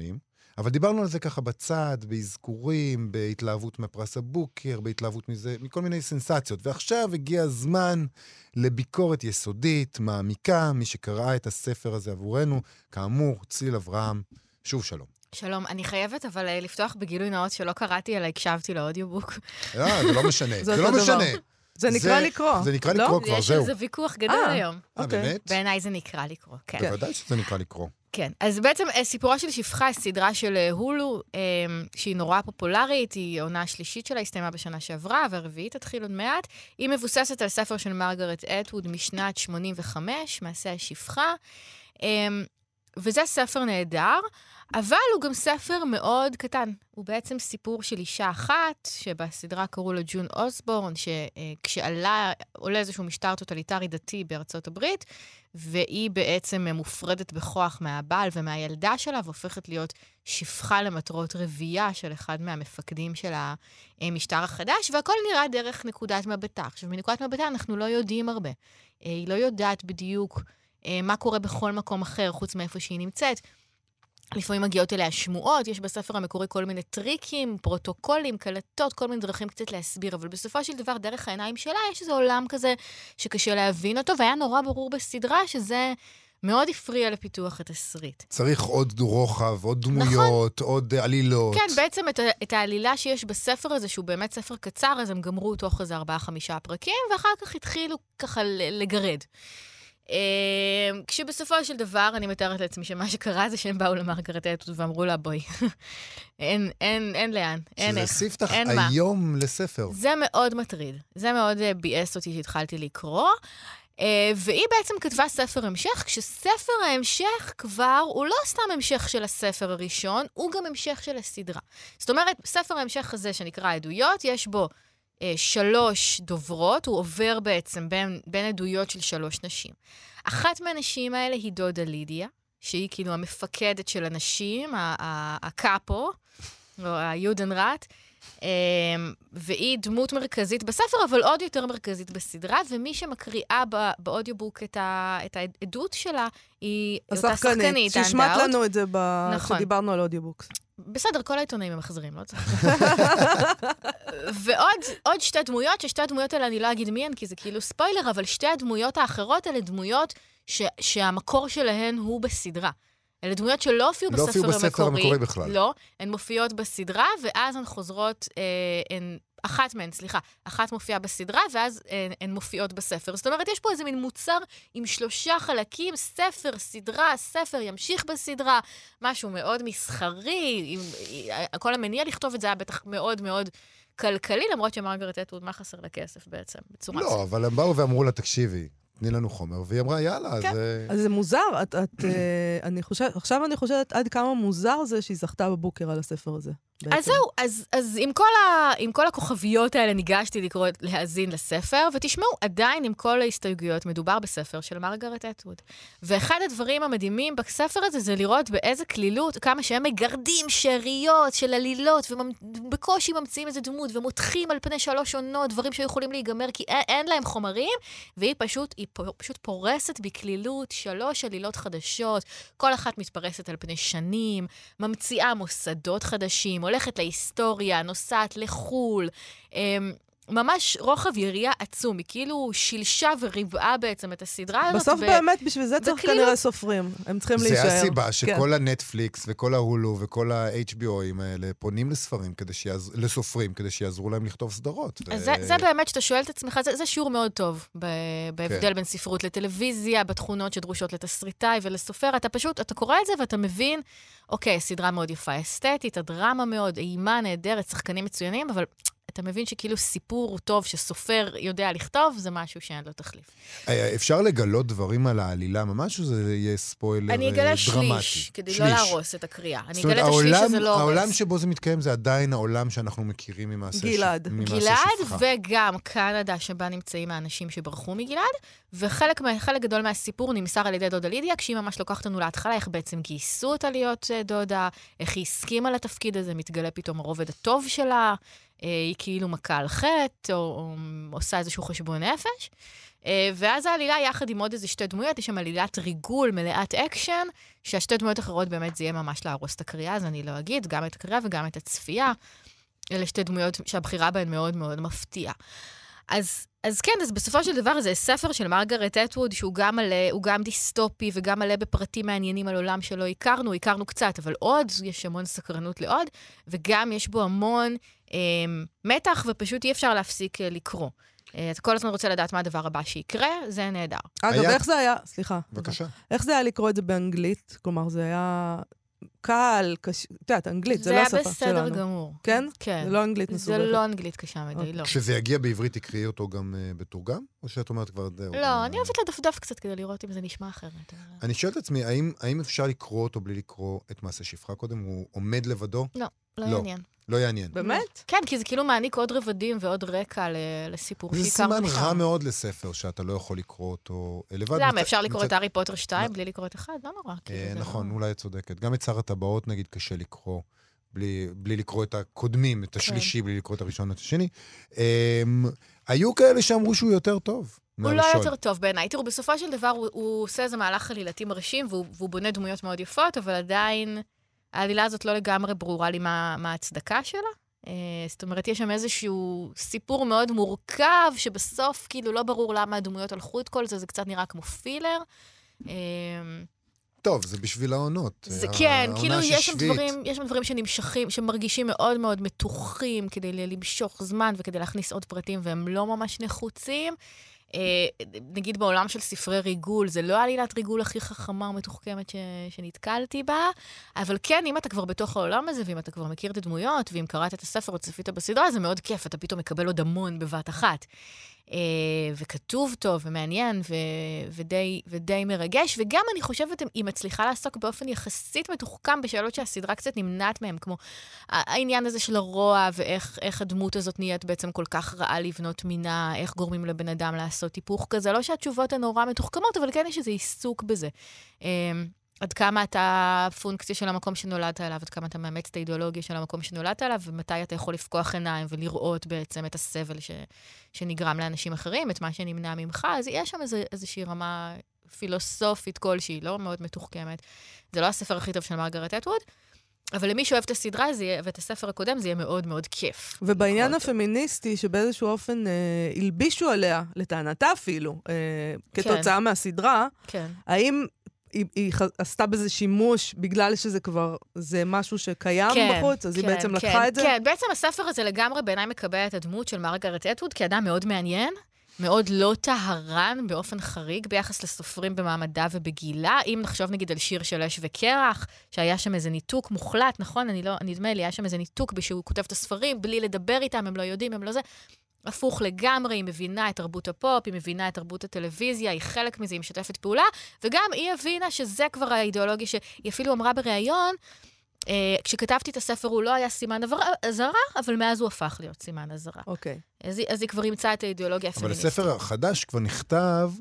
אבל דיברנו על זה ככה בצד, בהזכורים, בהתלהבות מפרס הבוקר, בהתלהבות מזה, מכל מיני סנסציות. ועכשיו הגיע הזמן לביקורת יסודית, מעמיקה, מי שקראה את הספר הזה עבורנו, כאמור, צליל אברהם, שוב שלום. שלום, אני חייבת אבל לפתוח בגילוי נאות שלא קראתי, אלא הקשבתי לאודיובוק. זה לא משנה, זה לא משנה. זה נקרא לקרוא. זה נקרא לקרוא כבר, זהו. יש איזה ויכוח גדול היום. באמת? בעיניי זה נקרא לקרוא, כן. בוודאי שזה נקרא לקרוא. כן, אז בעצם סיפורה של שפחה, סדרה של הולו, שהיא נורא פופולרית, היא עונה השלישית שלה, הסתיימה בשנה שעברה, והרביעית תתחיל עוד מעט. היא מבוססת על ספר של מרגרט אטווד משנת 85, מעשה השפחה, וזה ספר נהדר, אבל הוא גם ספר מאוד קטן. הוא בעצם סיפור של אישה אחת, שבסדרה קראו לו ג'ון אוסבורן, שכשעולה איזשהו משטר טוטליטרי דתי בארצות הברית, והיא בעצם מופרדת בכוח מהבעל ומהילדה שלה, והופכת להיות שפחה למטרות רבייה של אחד מהמפקדים של המשטר החדש, והכל נראה דרך נקודת מבטה. עכשיו, מנקודת מבטה אנחנו לא יודעים הרבה. היא לא יודעת בדיוק מה קורה בכל מקום אחר, חוץ מאיפה שהיא נמצאת. לפעמים מגיעות אליה שמועות, יש בספר המקורי כל מיני טריקים, פרוטוקולים, קלטות, כל מיני דרכים קצת להסביר, אבל בסופו של דבר, דרך העיניים שלה, יש איזה עולם כזה שקשה להבין אותו, והיה נורא ברור בסדרה שזה מאוד הפריע לפיתוח התסריט. צריך עוד רוחב, עוד דמויות, נכון. עוד עלילות. כן, בעצם את העלילה שיש בספר הזה, שהוא באמת ספר קצר, אז הם גמרו תוך איזה 4-5 פרקים, ואחר כך התחילו ככה לגרד. כשבסופו של דבר, אני מתארת לעצמי שמה שקרה זה שהם באו למרגרט אטווד ואמרו לה, בואי, אין לאן, אין איך, שזה ספתח היום לספר. זה מאוד מטריד, זה מאוד ביאס אותי שהתחלתי לקרוא, והיא בעצם כתבה ספר המשך, כשספר ההמשך כבר, הוא לא סתם המשך של הספר הראשון, הוא גם המשך של הסדרה. זאת אומרת, ספר ההמשך הזה שנקרא עדויות, יש בו 3 דוברות, הוא עובר בעצם בין עדויות של 3 נשים. אחת מהנשים האלה היא דודה לידיה, שהיא כאילו המפקדת של הנשים, הקאפו, או היודנראט, והיא דמות מרכזית בספר, אבל עוד יותר מרכזית בסדרה, ומי שמקריאה באודיובוק את העדות שלה, היא אותה שחקנית, ששמעת לנו את זה כשדיברנו על אודיובוקס. בסדר, כל העיתונאים הם מחזרים, לא צריך. ועוד 2 דמויות, ששתי הדמויות האלה אני לא אגיד מי הן, כי זה כאילו ספוילר, אבל 2 הדמויות האחרות אלה דמויות שהמקור שלהן הוא בסדרה. אלה דמויות שלא הופיעו בספר המקורי בכלל. לא, הן מופיעות בסדרה, ואז הן חוזרות, אחת מופיעה בסדרה, ואז הן מופיעות בספר. זאת אומרת, יש פה איזה מין מוצר עם 3 חלקים, ספר, סדרה, ספר, ימשיך בסדרה, משהו מאוד מסחרי, כל המניע לכתוב את זה היה בטח מאוד מאוד כלכלי, למרות שמרגרט אטווד, מה חסר לכסף בעצם? לא, אבל הם באו ואמרו לה, תקשיבי, תני לנו חומר, והיא אמרה, יאללה, אז... אז זה מוזר, עכשיו אני חושבת עד כמה מוזר זה שהיא זכתה בבוקר על הספר הזה. אז זהו, אז עם כל הכוכביות האלה ניגשתי להאזין לספר, ותשמעו, עדיין עם כל ההסתייגויות מדובר בספר של מרגרט אטווד. ואחד הדברים המדהימים בספר הזה זה לראות באיזה כלילות, כמה שהם מגרדים שאריות של עלילות, ובקושי ממציאים איזה דמות, ומותחים על פני 3 עונות, דברים שיכולים להיגמר, כי אין להם חומרים, והיא פשוט פורסת בכלילות 3 עלילות חדשות, כל אחת מתפרסת על פני שנים, ממציאה מוסדות חדשים, הולכת להיסטוריה, נוסעת לחול, ממש רוחב יריעה עצום, היא כאילו שילשה וריבעה בעצם את הסדרה הזאת. בסוף באמת בשביל זה צריך כנראה סופרים, הם צריכים להישאר. זה הסיבה שכל הנטפליקס וכל ההולו וכל ה-HBOים האלה פונים לספרים, לסופרים, כדי שיעזרו להם לכתוב סדרות. זה באמת שאתה שואל את עצמך, זה שיעור מאוד טוב, בהבדל בין ספרות לטלוויזיה, בתכונות שדרושות לתסריטאי ולסופר, אתה קורא את זה ואתה מבין, אוקיי, סדרה מאוד יפה, אסתטית, הדרמה מאוד, אימה נהדרת, שחקנים מצוינים, אבל אתה מבין שכאילו סיפור טוב שסופר יודע לכתוב, זה משהו שאין לו תחליף. אפשר לגלות דברים על העלילה ממש, או זה יהיה ספוילר דרמטי? אני אגלה שליש, כדי לא להרוס את הקריאה. אני אגלה את השליש שזה לא הורס. העולם שבו זה מתקיים זה עדיין העולם שאנחנו מכירים ממעשה שפחה. גלעד וגם קנדה שבה נמצאים האנשים שברחו מגלעד, וחלק גדול מהסיפור נמסר על ידי דודה לידיה, כשהיא ממש לוקחת לנו להתחלה, איך בעצם גייסו אותה להיות דודה, איך היא הסכימה לתפקיד הזה, מתגלה פתאום הרובד הטוב שלה, היא כאילו מכה על חטא, או עושה איזשהו חשבון נפש. ואז העלילה יחד עם עוד איזה שתי דמויות, יש שם עלילת ריגול, מלאת אקשן, שהשתי דמויות אחרות באמת זה יהיה ממש להרוס את הקריאה, אז אני לא אגיד, גם את הקריאה וגם את הצפייה. אלה שתי דמויות שהבחירה בהן מאוד מאוד מפתיעה. אז כן, אז בסופו של דבר זה ספר של מרגרט אטווד, שהוא גם מלא, הוא גם דיסטופי וגם מלא בפרטים מעניינים על עולם שלא הכרנו קצת, אבל עוד, יש המון סקרנות לעוד, וגם יש בו המון מתח, ופשוט אי אפשר להפסיק לקרוא. אתה כל הזמן רוצה לדעת מה הדבר הבא שיקרה, זה נהדר. אגב, איך זה היה, סליחה. בבקשה. איך זה היה לקרוא את זה באנגלית? כלומר, זה היה קל, קשה, את יודעת, אנגלית, זה לא השפה שלנו. זה היה בסדר גמור. כן? כן. זה לא אנגלית מסובכת. זה לא אנגלית קשה מדי, לא. כשזה יגיע בעברית, תקראי אותו גם בתורגם? או שאת אומרת כבר... לא, אני אוהבת לדפדף קצת כדי לראות אם זה נשמע אחרת. אני שואלת עצמי, האם אפשר לקרוא אותו בלי לקרוא את מעשה שפחה קודם? הוא עומד לבדו? לא, לא יעניין. לא יעניין. באמת? כן, כי זה כאילו מעניק עוד רבדים ועוד רקע לסיפור זה שהכרנו סימן שם. רע מאוד לספר שאתה לא יכול לקרוא אותו לבד. למה, אפשר לקרוא את הארי פוטר 2 בלי לקרוא את 1? לא נורא. נכון, אולי את צודקת. גם את שר הטבעות, נגיד, קשה לקרוא, בלי לקרוא את הקודמים, את השלישי, בלי לקרוא את הראשון ואת השני. היו כאלה שאמרו שהוא יותר טוב. הוא לא יותר טוב בעיניי. תראו, בסופו של דבר הוא עושה איזה מהלך עלילתי מרשים, והוא בונה דמויות מאוד יפות, אבל עדיין העלילה הזאת לא לגמרי ברורה לי מה ההצדקה שלה. זאת אומרת, יש שם איזשהו סיפור מאוד מורכב, שבסוף כאילו לא ברור למה הדמויות הלכו את כל זה, זה קצת נראה כמו פילר. טוב, זה בשביל העונות. כן, כאילו יש שם דברים שנמשכים, שמרגישים מאוד מאוד מתוחים, כדי למשוך זמן וכדי להכניס עוד פרטים, והם לא ממש נחוצים. נגיד בעולם של ספרי ריגול, זה לא עלילת ריגול הכי חכמה ומתוחכמת שנתקלתי בה, אבל כן, אם אתה כבר בתוך העולם הזה, ואם אתה כבר מכיר את הדמויות, ואם קראת את הספר או צפית בסדרה, זה מאוד כיף, אתה פתאום מקבל עוד המון בבת אחת. וכתוב טוב ומעניין ודי מרגש, וגם אני חושבת היא מצליחה לעסוק באופן יחסית מתוחכם בשאלות שהסדרה קצת נמנעת מהם, כמו העניין הזה של הרוע, ואיך הדמות הזאת נהיית בעצם כל כך רעה לבנות מינה, איך גורמים לבן אדם לעשות היפוך כזה, לא שהתשובות הן נורא מתוחכמות, אבל כן יש איזה עיסוק בזה. עד כמה אתה פונקציה של המקום שנולדת עליו, עד כמה אתה מאמץ את האידיאולוגיה של המקום שנולדת עליו, ומתי אתה יכול לפקוח עיניים ולראות בעצם את הסבל שנגרם לאנשים אחרים, את מה שנמנע ממך. אז יש שם איזושהי רמה פילוסופית כלשהי, לא מאוד מתוחכמת. זה לא הספר הכי טוב של מרגרט אטווד, אבל למי שאוהב את הסדרה ואת הספר הקודם, זה יהיה מאוד מאוד כיף. ובעניין הפמיניסטי, שבאיזשהו אופן הלבישו עליה, לטענתה אפילו, כתוצאה מהסדרה, האם היא עשתה בזה שימוש בגלל שזה כבר, זה משהו שקיים בחוץ, אז היא בעצם לקחה את זה? כן, בעצם הספר הזה לגמרי בעיניי מקבע את הדמות של מרגרט אטווד, כאדם מאוד מעניין, מאוד לא טהרן באופן חריג ביחס לסופרים במעמדה ובגילה. אם נחשוב נגיד על שיר של אש וקרח, שהיה שם איזה ניתוק מוחלט, נכון? נדמה לי, היה שם איזה ניתוק שהוא כותב את הספרים, בלי לדבר איתם, הם לא יודעים, הם לא זה. הפוך לגמרי, היא מבינה את תרבות הפופ, היא מבינה את תרבות הטלוויזיה, היא חלק מזה, היא משתפת פעולה, וגם היא הבינה שזה כבר האידיאולוגיה שהיא אפילו אמרה בריאיון, כשכתבתי את הספר הוא לא היה סימן אזהרה, אבל מאז הוא הפך להיות סימן אזהרה. אוקיי. אז היא כבר אימצה את האידיאולוגיה הפמיניסטית. אבל הספר החדש כבר נכתב,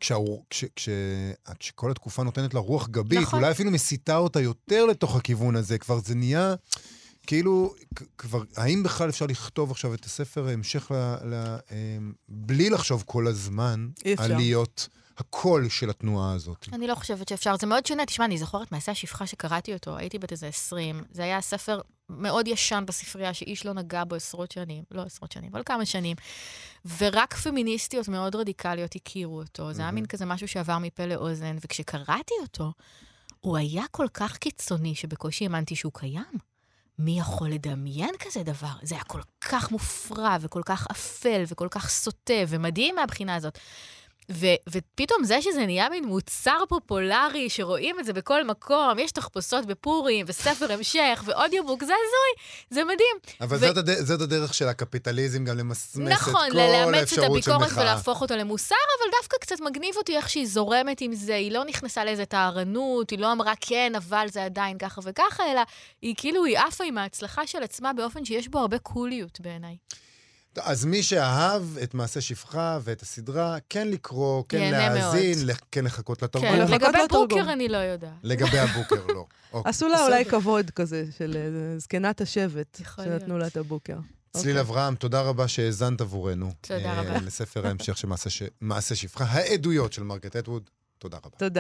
כשכל התקופה נותנת לה רוח גבית, אולי אפילו מסיתה אותה יותר לתוך הכיוון הזה, כבר זה נהיה... כאילו, כבר, האם בכלל אפשר לכתוב עכשיו את הספר המשך בלי לחשוב כל הזמן על להיות הקול של התנועה הזאת? אני לא חושבת שאפשר. זה מאוד שונה. תשמע, אני זוכרת מעשה השפחה שקראתי אותו. הייתי בת איזה 20. זה היה ספר מאוד ישן בספרייה, שאיש לא נגע בו עשרות שנים. לא עשרות שנים, אבל כמה שנים. ורק פמיניסטיות מאוד רדיקליות הכירו אותו. זה היה מין כזה משהו שעבר מפה לאוזן. וכשקראתי אותו, הוא היה כל כך קיצוני שבקושי האמנתי שהוא קיים. מי יכול לדמיין כזה דבר? זה היה כל כך מופרע וכל כך אפל וכל כך סוטה ומדהים מהבחינה הזאת. ופתאום זה שזה נהיה מין מוצר פופולרי, שרואים את זה בכל מקום, יש תחפושות בפורים וספר המשך ואודיובוק, זה הזוי, זה מדהים. אבל זאת הדרך של הקפיטליזם גם למסמס את כל נכון, לאמץ את הביקורת ולהפוך אותה למוסר, אבל דווקא קצת מגניב אותי איך שהיא זורמת עם זה, היא לא נכנסה לאיזה טהרנות, היא לא אמרה כן, אבל זה עדיין ככה וככה, אלא היא כאילו היא עפה עם ההצלחה של עצמה באופן שיש בו הרבה קוליות בעיניי. אז מי שאהב את מעשה שפחה ואת הסדרה, כן לקרוא, כן להאזין, כן לחכות לתרגום. כן, לגבי בוקר אני לא יודעת. לגבי הבוקר לא. עשו לה אולי כבוד כזה של זקנת השבט, שנתנו לה את הבוקר. צליל אברהם, תודה רבה שהאזנת עבורנו. תודה רבה. לספר ההמשך של מעשה שפחה, העדויות של מרגרט אטווד. תודה רבה. תודה.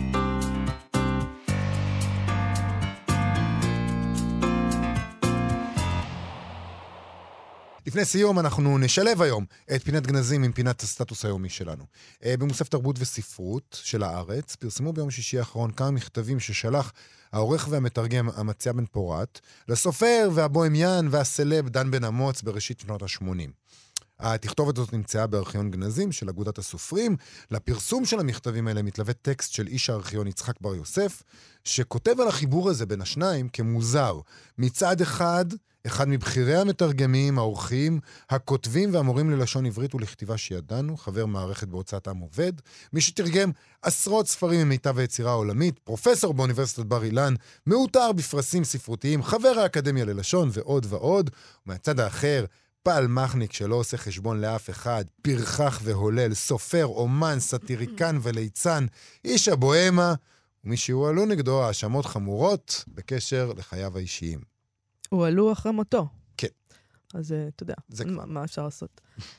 לפני סיום אנחנו נשלב היום את פינת גנזים עם פינת הסטטוס היומי שלנו. במוסף תרבות וספרות של הארץ פרסמו ביום שישי האחרון כמה מכתבים ששלח העורך והמתרגם אמציה בן פורת לסופר והבוהמיין והסלב דן בן אמוץ בראשית שנות ה-80. התכתובת הזאת נמצאה בארכיון גנזים של אגודת הסופרים. לפרסום של המכתבים האלה מתלווה טקסט של איש הארכיון יצחק בר יוסף, שכותב על החיבור הזה בין השניים כמוזר. מצד אחד מבחירי המתרגמים, העורכים, הכותבים והמורים ללשון עברית ולכתיבה שידענו, חבר מערכת בהוצאת עם עובד, מי שתרגם עשרות ספרים ממיטב היצירה העולמית, פרופסור באוניברסיטת בר אילן, מעוטר בפרסים ספרותיים, חבר האקדמיה ללשון ועוד ועוד. ומהצד האחר, פעל מחניק שלא עושה חשבון לאף אחד, פרחח והולל, סופר, אומן, סטיריקן וליצן, איש הבוהמה, ומי שהועלו נגדו האשמות חמורות בקשר לחייו האישיים. הועלו אחרי מותו. כן. אז אתה יודע, מה אפשר לעשות?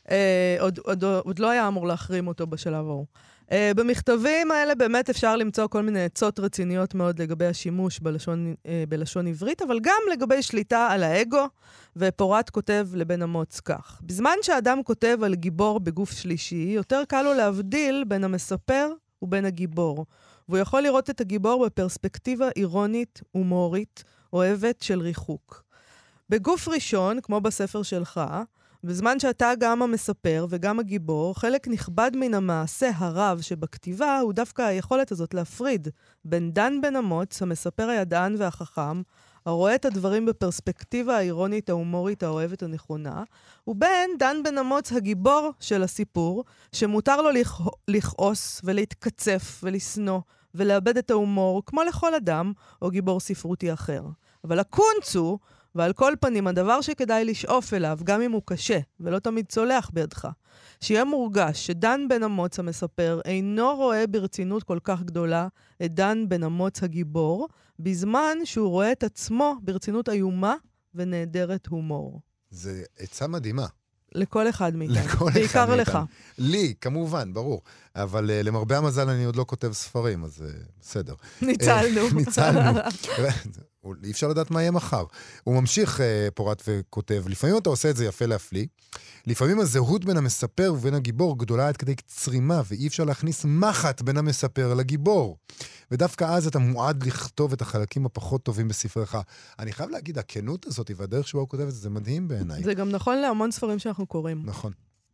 עוד לא היה אמור להחרים אותו בשלב ההוא. במכתבים האלה באמת אפשר למצוא כל מיני עצות רציניות מאוד לגבי השימוש בלשון עברית, אבל גם לגבי שליטה על האגו, ופורת כותב לבן אמוץ כך. בזמן שאדם כותב על גיבור בגוף שלישי, יותר קל לו להבדיל בין המספר ובין הגיבור. והוא יכול לראות את הגיבור בפרספקטיבה אירונית, הומורית, אוהבת של ריחוק. בגוף ראשון, כמו בספר שלך, בזמן שאתה גם המספר וגם הגיבור, חלק נכבד מן המעשה הרב שבכתיבה הוא דווקא היכולת הזאת להפריד בין דן בן אמוץ, המספר הידען והחכם, הרואה את הדברים בפרספקטיבה האירונית, ההומורית, האוהבת הנכונה, ובין דן בן אמוץ, הגיבור של הסיפור, שמותר לו לכעוס ולהתקצף ולסנוע ולאבד את ההומור, כמו לכל אדם או גיבור ספרותי אחר. אבל הקונץ הוא, ועל כל פנים, הדבר שכדאי לשאוף אליו, גם אם הוא קשה, ולא תמיד צולח בידך, שיהיה מורגש שדן בן אמוץ המספר אינו רואה ברצינות כל כך גדולה את דן בן אמוץ הגיבור, בזמן שהוא רואה את עצמו ברצינות איומה ונהדרת הומור. זה עצה מדהימה. לכל אחד מאיתנו. בעיקר לך. לי, כמובן, ברור. אבל למרבה המזל אני עוד לא כותב ספרים, אז בסדר. ניצלנו. ניצלנו. אי אפשר לדעת מה יהיה מחר. הוא ממשיך פורט וכותב, לפעמים אתה עושה את זה יפה להפליא, לפעמים הזהות בין המספר ובין הגיבור גדולה עד כדי צרימה, ואי אפשר להכניס מחט בין המספר לגיבור. ודווקא אז אתה מועד לכתוב את החלקים הפחות טובים בספרך. אני חייב להגיד, הכנות הזאת והדרך שבה הוא כותב את זה, זה מדהים בעיניי. זה גם נכון להמון ספרים שאנחנו קוראים. נכון.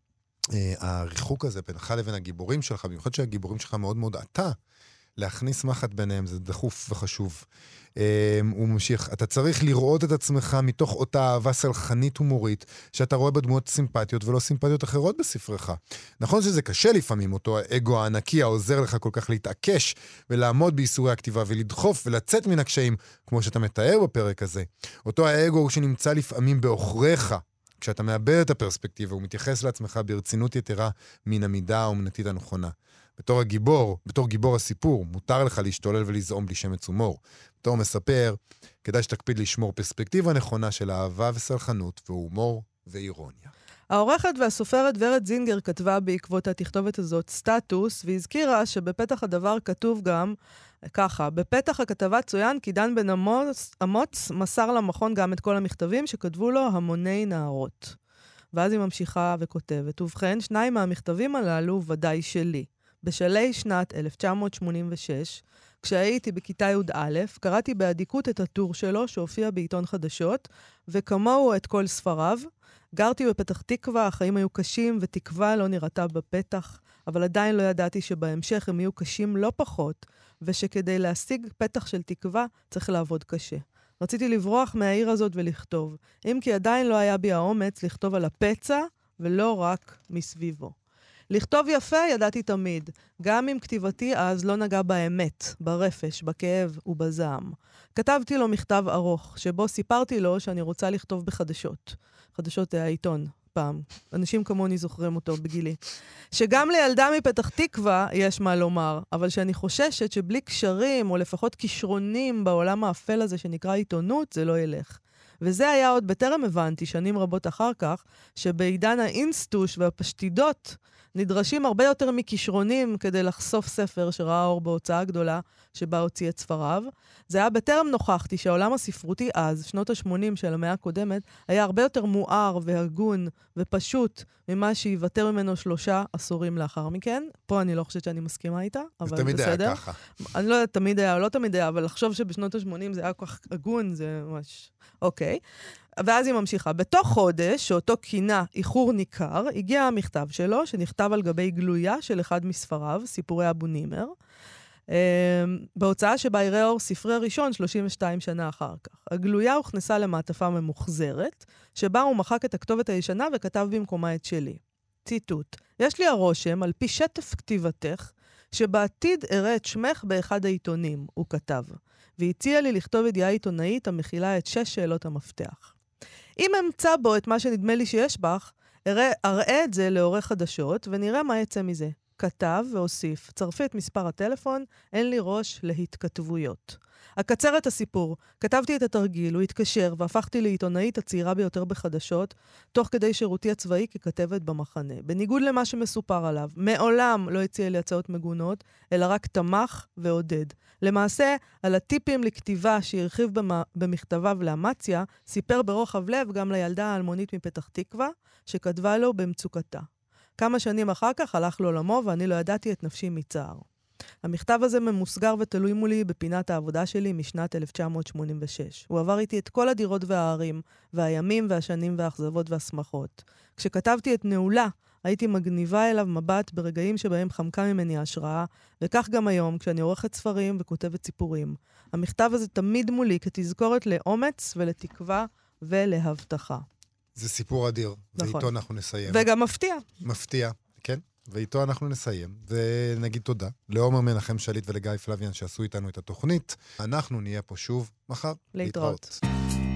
הריחוק הזה בינך לבין הגיבורים שלך, במיוחד שהגיבורים שלך מאוד מאוד עתה, להכניס מחט ביניהם, זה דחוף וחשוב. הוא ממשיך, אתה צריך לראות את עצמך מתוך אותה אהבה סלחנית הומורית, שאתה רואה בדמויות סימפטיות ולא סימפטיות אחרות בספרך. נכון שזה קשה לפעמים, אותו האגו הענקי העוזר לך כל כך להתעקש ולעמוד בייסורי הכתיבה ולדחוף ולצאת מן הקשיים, כמו שאתה מתאר בפרק הזה. אותו האגו שנמצא לפעמים באוכריך, כשאתה מאבד את הפרספקטיבה, הוא מתייחס לעצמך ברצינות יתרה מן המידה האומנתית הנכונה. בתור גיבור הסיפור, מותר לך להשתולל ולזעום בלי שמץ הומור. בתור מספר, כדאי שתקפיד לשמור פרספקטיבה נכונה של אהבה וסלחנות, והומור ואירוניה. העורכת והסופרת ורד זינגר כתבה בעקבות התכתובת הזאת סטטוס, והזכירה שבפתח הדבר כתוב גם ככה, בפתח הכתבה צוין כי דן בן אמוץ מסר למכון גם את כל המכתבים שכתבו לו המוני נערות. ואז היא ממשיכה וכותבת, ובכן, 2 מהמכתבים הללו ודאי שלי. בשלהי שנת 1986, כשהייתי בכיתה י"א, קראתי באדיקות את הטור שלו שהופיע בעיתון חדשות, וכמוהו את כל ספריו. גרתי בפתח תקווה, החיים היו קשים ותקווה לא נראתה בפתח, אבל עדיין לא ידעתי שבהמשך הם יהיו קשים לא פחות, ושכדי להשיג פתח של תקווה צריך לעבוד קשה. רציתי לברוח מהעיר הזאת ולכתוב, אם כי עדיין לא היה בי האומץ לכתוב על הפצע ולא רק מסביבו. לכתוב יפה ידעתי תמיד, גם אם כתיבתי אז לא נגע באמת, ברפש, בכאב ובזעם. כתבתי לו מכתב ארוך, שבו סיפרתי לו שאני רוצה לכתוב בחדשות. חדשות העיתון, פעם. אנשים כמוני זוכרים אותו בגילי. שגם לילדה מפתח תקווה יש מה לומר, אבל שאני חוששת שבלי קשרים, או לפחות כישרונים בעולם האפל הזה שנקרא עיתונות, זה לא ילך. וזה היה עוד בטרם הבנתי, שנים רבות אחר כך, שבעידן האינסטוש והפשטידות נדרשים הרבה יותר מכישרונים כדי לחשוף ספר שראה אור בהוצאה גדולה שבה הוציא את ספריו. זה היה בטרם נוכחתי שהעולם הספרותי אז, שנות ה-80 של המאה הקודמת, היה הרבה יותר מואר והגון ופשוט ממה שיוותר ממנו 3 עשורים לאחר מכן. פה אני לא חושבת שאני מסכימה איתה, אבל בסדר. תמיד היה ככה. אני לא יודעת, תמיד היה או לא תמיד היה, אבל לחשוב שבשנות ה-80 זה היה כל כך הגון, זה ממש... אוקיי. ואז היא ממשיכה. בתוך חודש, שאותו כינה איחור ניכר, הגיע המכתב שלו, שנכתב על גבי גלויה של אחד מספריו, סיפורי אבו נימר, בהוצאה שבה יראה אור ספרי ראשון 32 שנה אחר כך. הגלויה הוכנסה למעטפה ממוחזרת, שבה הוא מחק את הכתובת הישנה וכתב במקומה את שלי. ציטוט: יש לי הרושם, על פי שטף כתיבתך, שבעתיד אראה את שמך באחד העיתונים, הוא כתב, והציע לי לכתוב ידיעה עיתונאית המכילה את 6 שאלות המפתח. אם אמצא בו את מה שנדמה לי שיש בך, אראה את זה לעורך חדשות, ונראה מה יצא מזה. כתב והוסיף, צרפי את מספר הטלפון, אין לי ראש להתכתבויות. אקצר את הסיפור, כתבתי את התרגיל, הוא התקשר, והפכתי לעיתונאית הצעירה ביותר בחדשות, תוך כדי שירותי הצבאי ככתבת במחנה. בניגוד למה שמסופר עליו, מעולם לא הציע לי הצעות מגונות, אלא רק תמך ועודד. למעשה, על הטיפים לכתיבה שהרחיב במכתביו לאמציה, סיפר ברוחב לב גם לילדה האלמונית מפתח תקווה, שכתבה לו במצוקתה. כמה שנים אחר כך הלך לעולמו, ואני לא ידעתי את נפשי מצער. המכתב הזה ממוסגר ותלוי מולי בפינת העבודה שלי משנת 1986. הוא עבר איתי את כל הדירות והערים, והימים והשנים והאכזבות והשמחות. כשכתבתי את נעולה, הייתי מגניבה אליו מבט ברגעים שבהם חמקה ממני השראה, וכך גם היום, כשאני עורכת ספרים וכותבת סיפורים. המכתב הזה תמיד מולי כתזכורת לאומץ ולתקווה ולהבטחה. זה סיפור אדיר, נכון. ואיתו אנחנו נסיים. וגם מפתיע. מפתיע, כן. ואיתו אנחנו נסיים, ונגיד תודה לעומר מנחם שליט ולגיא פלוויאן שעשו איתנו את התוכנית. אנחנו נהיה פה שוב מחר. להתראות.